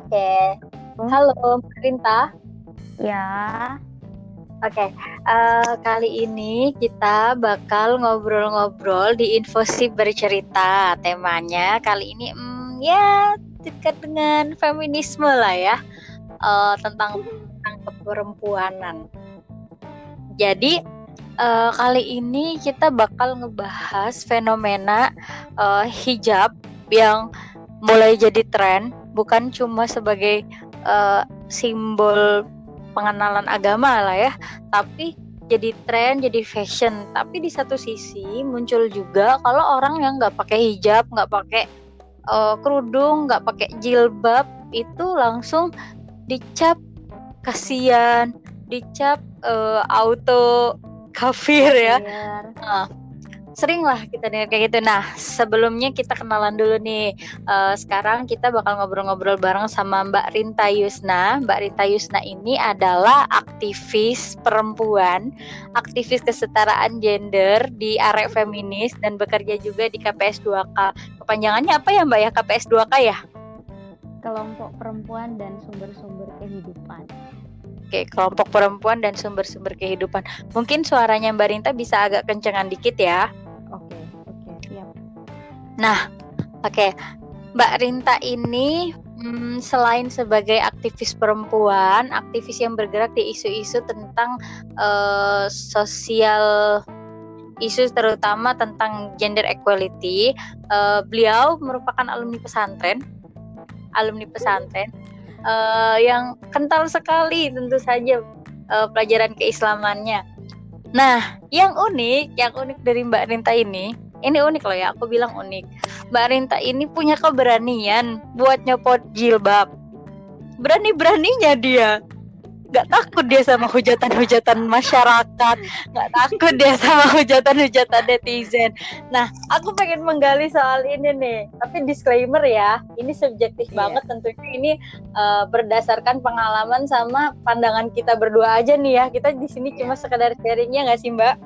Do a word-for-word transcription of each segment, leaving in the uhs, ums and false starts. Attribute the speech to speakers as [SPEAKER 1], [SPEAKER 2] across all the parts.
[SPEAKER 1] Oke, halo Rinta.
[SPEAKER 2] Ya,
[SPEAKER 1] Oke, eh, kali ini kita bakal ngobrol-ngobrol di Infosip Bercerita. Temanya kali ini, hmm, ya dekat dengan feminisme lah ya, eh, tentang tentang keperempuanan. Jadi eh, kali ini kita bakal ngebahas fenomena eh, hijab yang mulai jadi tren, bukan cuma sebagai uh, simbol pengenalan agama lah ya, tapi jadi tren, jadi fashion. Tapi di satu sisi muncul juga kalau orang yang nggak pakai hijab, nggak pakai uh, kerudung, nggak pakai jilbab itu langsung dicap kasihan, dicap uh, auto kafir ya. Nah, sering lah kita dengar kayak gitu. Nah, sebelumnya kita kenalan dulu nih. Uh, sekarang kita bakal ngobrol-ngobrol bareng sama Mbak Rinta Yusna. Mbak Rinta Yusna ini adalah aktivis perempuan, aktivis kesetaraan gender di Arek Feminis dan bekerja juga di K P S dua K. Kepanjangannya apa ya Mbak ya? K P S dua K ya?
[SPEAKER 2] Kelompok Perempuan dan Sumber-Sumber Kehidupan.
[SPEAKER 1] Oke, kelompok perempuan dan sumber-sumber kehidupan. Mungkin suaranya Mbak Rinta bisa agak kencengan dikit ya.
[SPEAKER 2] Oke, oke, siap.
[SPEAKER 1] Nah, oke, Mbak Rinta ini hmm, selain sebagai aktivis perempuan, aktivis yang bergerak di isu-isu tentang uh, sosial, isu terutama tentang gender equality, uh, beliau merupakan alumni pesantren, alumni pesantren uh, yang kental sekali tentu saja uh, pelajaran keislamannya. Nah, yang unik, yang unik dari Mbak Rinta ini, ini unik loh ya, aku bilang unik. Mbak Rinta ini punya keberanian buat nyopot jilbab. Berani-beraninya dia. Gak takut dia sama hujatan-hujatan masyarakat. Gak takut dia sama hujatan-hujatan netizen. Nah, aku pengen menggali soal ini nih. Tapi disclaimer ya, ini subjektif yeah. banget tentunya. Ini uh, berdasarkan pengalaman sama pandangan kita berdua aja nih ya. Kita di sini cuma sekedar sharingnya gak sih Mbak?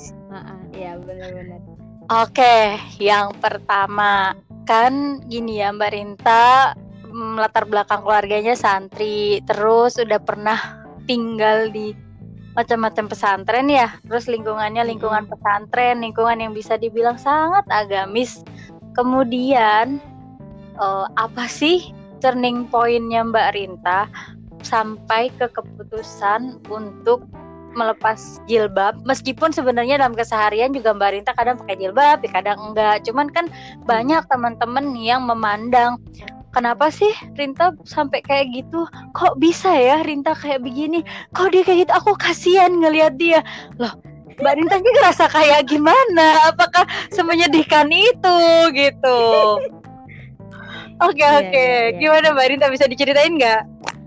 [SPEAKER 2] Iya, benar-benar.
[SPEAKER 1] Oke, yang pertama kan gini ya Mbak Rinta, latar belakang keluarganya santri, terus udah pernah tinggal di macam-macam pesantren ya, terus lingkungannya lingkungan pesantren, lingkungan yang bisa dibilang sangat agamis. Kemudian uh, apa sih turning point-nya Mbak Rinta sampai ke keputusan untuk melepas jilbab, meskipun sebenarnya dalam keseharian juga Mbak Rinta kadang pakai jilbab, kadang enggak. Cuman kan banyak teman-teman yang memandang, kenapa sih Rinta sampai kayak gitu? Kok bisa ya Rinta kayak begini? Kok dia kayak gitu? Aku kasihan ngelihat dia. Loh, Mbak Rinta ini ngerasa kayak gimana? Apakah semenyedihkan itu gitu? Oke, oke. Yeah, yeah. Gimana Mbak Rinta, bisa diceritain nggak?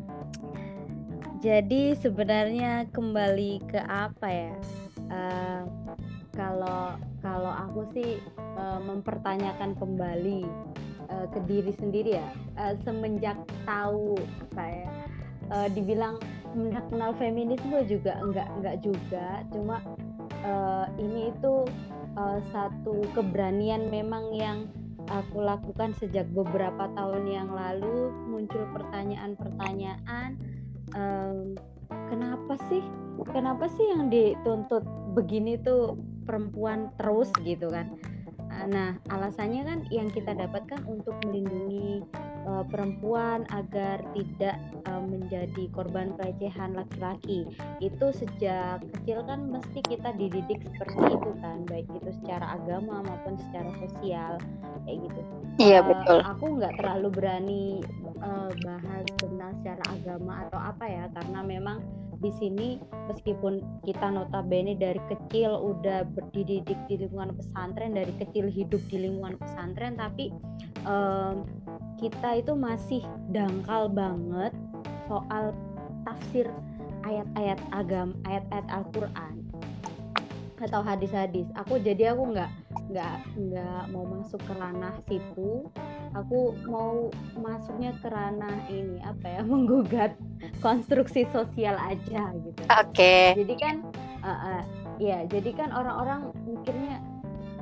[SPEAKER 2] Jadi sebenarnya kembali ke apa ya? Uh, kalau kalau aku sih uh, mempertanyakan kembali uh, ke diri sendiri ya. Uh, semenjak tahu apa ya? Uh, dibilang semenjak kenal feminisme juga enggak enggak juga. Cuma uh, ini itu uh, satu keberanian memang yang aku lakukan sejak beberapa tahun yang lalu. Muncul pertanyaan-pertanyaan. Um, kenapa sih kenapa sih yang dituntut begini tuh perempuan terus gitu kan. Nah, alasannya kan yang kita dapatkan untuk melindungi uh, perempuan agar tidak uh, menjadi korban pelecehan laki-laki. Itu sejak kecil kan mesti kita dididik seperti itu kan, baik itu secara agama maupun secara sosial kayak gitu.
[SPEAKER 1] Iya, uh, betul.
[SPEAKER 2] Aku nggak terlalu berani uh, bahas tentang secara agama atau apa ya, karena memang di sini meskipun kita notabene dari kecil udah berdidik di lingkungan pesantren, dari kecil hidup di lingkungan pesantren, tapi um, kita itu masih dangkal banget soal tafsir ayat-ayat agama, ayat-ayat Al-Quran atau hadis-hadis. Aku jadi aku nggak nggak nggak mau masuk ke ranah situ. Aku mau masuknya ke ranah ini apa ya, menggugat konstruksi sosial aja gitu.
[SPEAKER 1] Oke. Okay.
[SPEAKER 2] Jadi kan uh, uh, ya jadi kan orang-orang mikirnya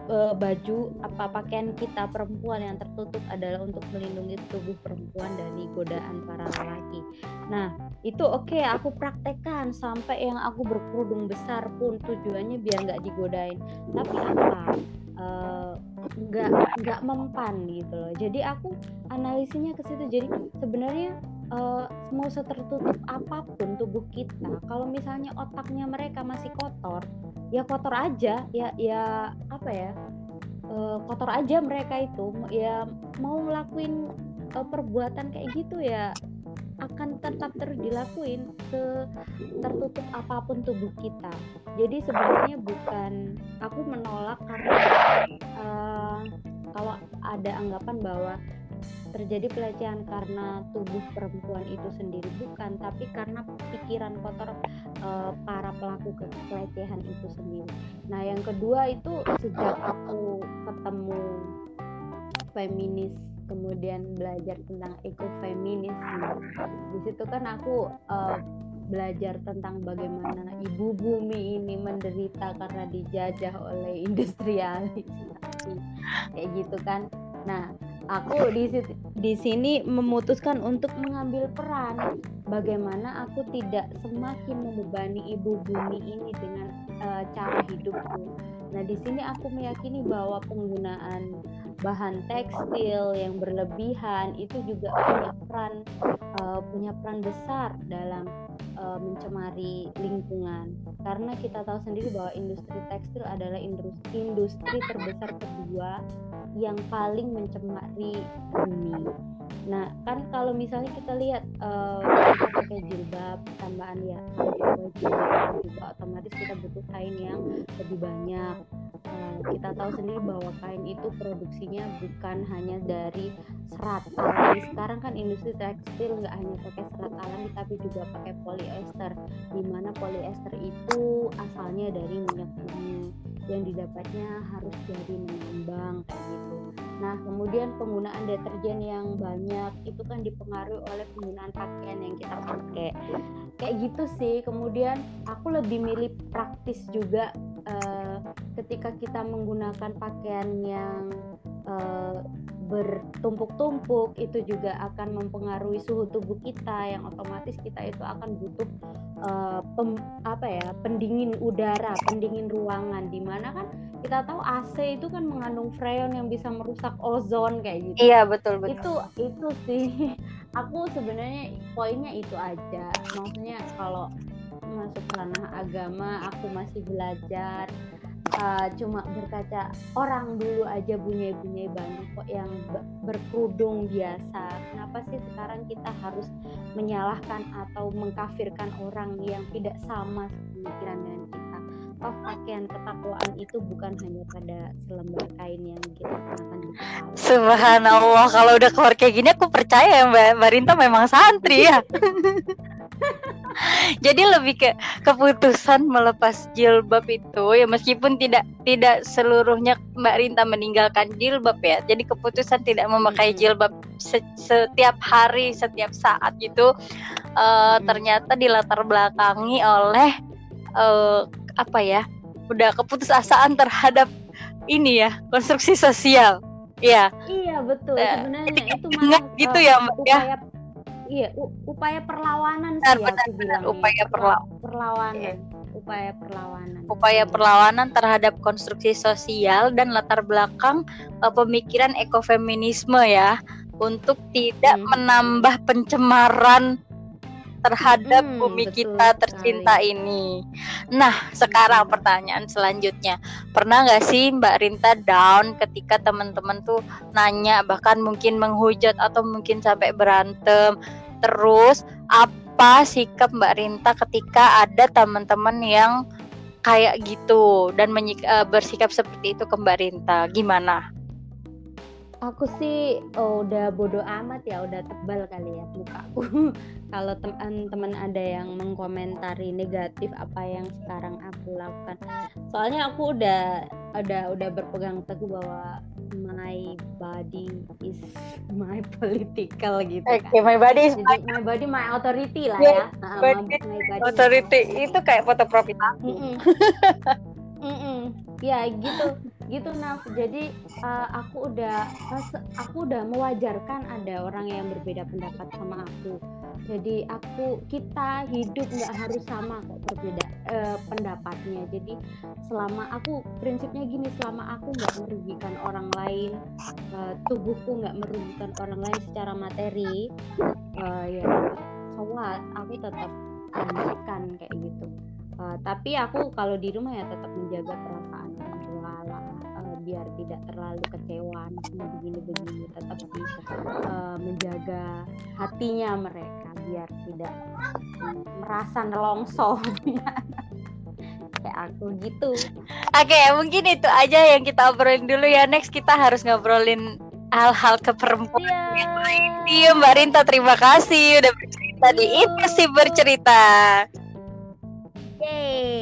[SPEAKER 2] uh, baju apa pakaian kita perempuan yang tertutup adalah untuk melindungi tubuh perempuan dari godaan para lelaki. Nah itu oke okay, aku praktekkan sampai yang aku berkerudung besar pun tujuannya biar nggak digodain. Tapi apa? Uh, nggak nggak mempan gitu loh. Jadi aku analisinya ke situ. Jadi sebenarnya uh, mau setertutup apapun tubuh kita, kalau misalnya otaknya mereka masih kotor, ya kotor aja, ya ya apa ya, uh, kotor aja mereka itu, ya mau ngelakuin uh, perbuatan kayak gitu ya akan tetap terus dilakuin se tertutup apapun tubuh kita. Jadi sebenarnya bukan aku menolak karena uh, kalau ada anggapan bahwa terjadi pelecehan karena tubuh perempuan itu sendiri, bukan, tapi karena pikiran kotor uh, para pelaku pelecehan itu sendiri. Nah yang kedua itu sejak aku ketemu feminis kemudian belajar tentang ekofeminisme, di situ kan aku uh, belajar tentang bagaimana ibu bumi ini menderita karena dijajah oleh industrialisasi kayak gitu kan. Nah aku di di sini memutuskan untuk mengambil peran bagaimana aku tidak semakin membebani ibu bumi ini dengan uh, cara hidupku. Nah di sini aku meyakini bahwa penggunaan bahan tekstil yang berlebihan itu juga punya peran uh, punya peran besar dalam uh, mencemari lingkungan, karena kita tahu sendiri bahwa industri tekstil adalah industri, industri terbesar kedua yang paling mencemari bumi. Nah kan kalau misalnya kita lihat uh, kita pakai jilbab tambahan ya, kalau jilbab juga otomatis kita butuh kain yang lebih banyak. Uh, kita tahu sendiri bahwa kain itu produksinya bukan hanya dari serat alami. Sekarang kan industri tekstil nggak hanya pakai serat alami tapi juga pakai polyester, di mana polyester itu asalnya dari minyak bumi yang didapatnya harus dari menambang kayak gitu. Nah kemudian penggunaan deterjen yang banyak itu kan dipengaruhi oleh penggunaan pakaian yang kita pakai kayak gitu sih. Kemudian aku lebih milih praktis juga. Uh, ketika kita menggunakan pakaian yang uh, bertumpuk-tumpuk itu juga akan mempengaruhi suhu tubuh kita, yang otomatis kita itu akan butuh uh, pem, apa ya pendingin udara, pendingin ruangan, dimana kan kita tahu A C itu kan mengandung freon yang bisa merusak ozon kayak gitu.
[SPEAKER 1] Iya betul betul.
[SPEAKER 2] Itu itu sih aku sebenarnya poinnya itu aja. Maksudnya kalau masuk ranah agama aku masih belajar, uh, cuma berkaca orang dulu aja bunyai-bunyai banyak kok yang berkerudung biasa. Kenapa sih sekarang kita harus menyalahkan atau mengkafirkan orang yang tidak sama pemikiran dengan kita? Oh pakaian ketakwaan itu bukan hanya pada selembar kain yang kita kenakan di kepala.
[SPEAKER 1] Subhanallah, kalau udah keluar kayak gini aku percaya ya Mbak, Mbak Rinta memang santri ya. Jadi lebih ke keputusan melepas jilbab itu ya, meskipun tidak tidak seluruhnya Mbak Rinta meninggalkan jilbab ya. Jadi keputusan tidak memakai jilbab se- setiap hari, setiap saat gitu uh, hmm. ternyata dilatar belakangi oleh uh, apa ya? Udah keputusasaan terhadap ini ya, konstruksi sosial. Iya.
[SPEAKER 2] Iya betul. Uh, Sebenarnya itu
[SPEAKER 1] malah gitu uh, ya Mbak
[SPEAKER 2] upaya,
[SPEAKER 1] ya.
[SPEAKER 2] Iya, u- upaya perlawanan
[SPEAKER 1] benar,
[SPEAKER 2] sih
[SPEAKER 1] benar,
[SPEAKER 2] aku bilang
[SPEAKER 1] upaya
[SPEAKER 2] ya.
[SPEAKER 1] perla-
[SPEAKER 2] perlawanan,
[SPEAKER 1] iya.
[SPEAKER 2] upaya perlawanan.
[SPEAKER 1] Upaya perlawanan terhadap konstruksi sosial dan latar belakang uh, pemikiran ekofeminisme ya, untuk tidak hmm. menambah pencemaran terhadap hmm, bumi kita tercinta sekali. Ini. Nah, sekarang pertanyaan selanjutnya, pernah nggak sih Mbak Rinta down ketika teman-teman tuh nanya, bahkan mungkin menghujat atau mungkin sampai berantem? Terus apa sikap Mbak Rinta ketika ada teman-teman yang kayak gitu dan menyik- uh, bersikap seperti itu ke Mbak Rinta? Gimana?
[SPEAKER 2] Aku sih oh, udah bodo amat ya, udah tebal kali ya mukaku. Kalau teman-teman ada yang mengkomentari negatif apa yang sekarang aku lakukan, soalnya aku udah udah udah berpegang teguh bahwa my body is my political gitu kan.
[SPEAKER 1] Okay, my body is
[SPEAKER 2] Jadi, my body my authority lah ya.
[SPEAKER 1] Nah, my, my body authority itu kayak foto profil aku.
[SPEAKER 2] Mm-mm. Mm-mm. Ya gitu. gitu. Nah jadi uh, aku udah aku udah mewajarkan ada orang yang berbeda pendapat sama aku. Jadi aku kita hidup nggak harus sama kok berbeda uh, pendapatnya. Jadi selama aku prinsipnya gini, selama aku nggak merugikan orang lain, uh, tubuhku nggak merugikan orang lain secara materi, uh, ya sholat aku tetap lanjutkan kayak gitu. Uh, tapi aku kalau di rumah ya tetap menjaga perasaan orang tua lah, uh, biar tidak terlalu kecewa sama begini-begini, tetap bisa uh, menjaga hatinya mereka biar tidak um, merasa nelongso kayak aku gitu.
[SPEAKER 1] Oke, okay, mungkin itu aja yang kita obrolin dulu ya. Next kita harus ngobrolin hal-hal keperempuan yeah. yang lain. Iya Mbak Rinta, terima kasih udah bercerita di Infosi Bercerita.
[SPEAKER 2] Yeay.